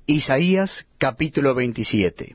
Isaías capítulo 27.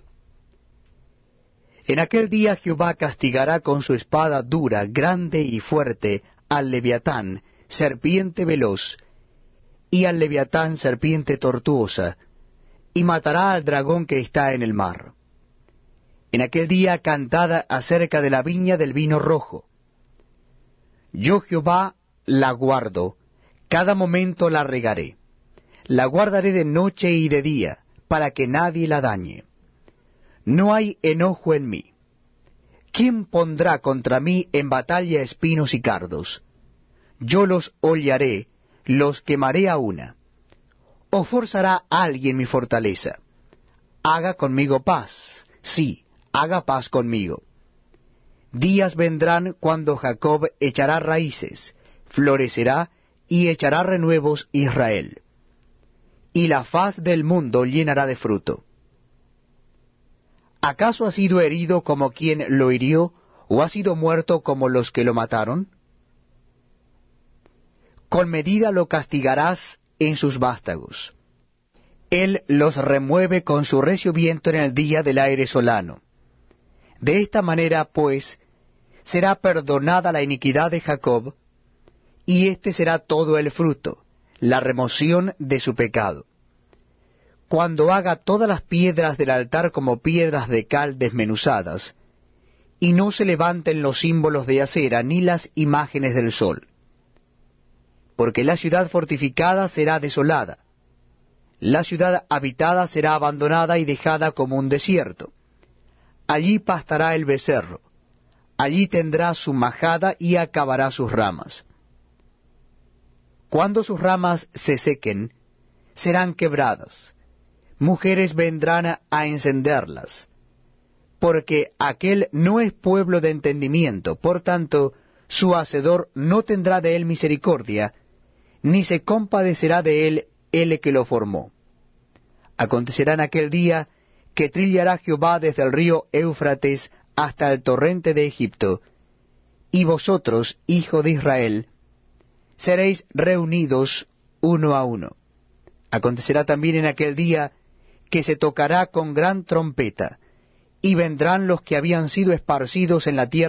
En aquel día Jehová castigará con su espada dura, grande y fuerte, al Leviatán, serpiente veloz, y al Leviatán, serpiente tortuosa, y matará al dragón que está en el mar. En aquel día cantad acerca de la viña del vino rojo. Yo Jehová la guardo, cada momento la regaré. La guardaré de noche y de día, para que nadie la dañe. No hay enojo en mí. ¿Quién pondrá contra mí en batalla espinos y cardos? Yo los hollaré, los quemaré a una. ¿O forzará alguien mi fortaleza? Haga conmigo paz, sí, haga paz conmigo. Días vendrán cuando Jacob echará raíces, florecerá y echará renuevos Israel. Y la faz del mundo llenará de fruto. ¿Acaso ha sido herido como quien lo hirió, o ha sido muerto como los que lo mataron? Con medida lo castigarás en sus vástagos. Él los remueve con su recio viento en el día del aire solano. De esta manera, pues, será perdonada la iniquidad de Jacob, y este será todo el fruto, la remoción de su pecado. Cuando haga todas las piedras del altar como piedras de cal desmenuzadas, y no se levanten los símbolos de acera ni las imágenes del sol. Porque la ciudad fortificada será desolada, la ciudad habitada será abandonada y dejada como un desierto. Allí pastará el becerro, allí tendrá su majada y acabará sus ramas. Cuando sus ramas se sequen, serán quebradas. Mujeres vendrán a encenderlas, porque aquel no es pueblo de entendimiento, por tanto, su hacedor no tendrá de él misericordia, ni se compadecerá de él el que lo formó. Acontecerá en aquel día que trillará Jehová desde el río Éufrates hasta el torrente de Egipto, y vosotros, hijo de Israel, seréis reunidos uno a uno. Acontecerá también en aquel día que se tocará con gran trompeta, y vendrán los que habían sido esparcidos en la tierra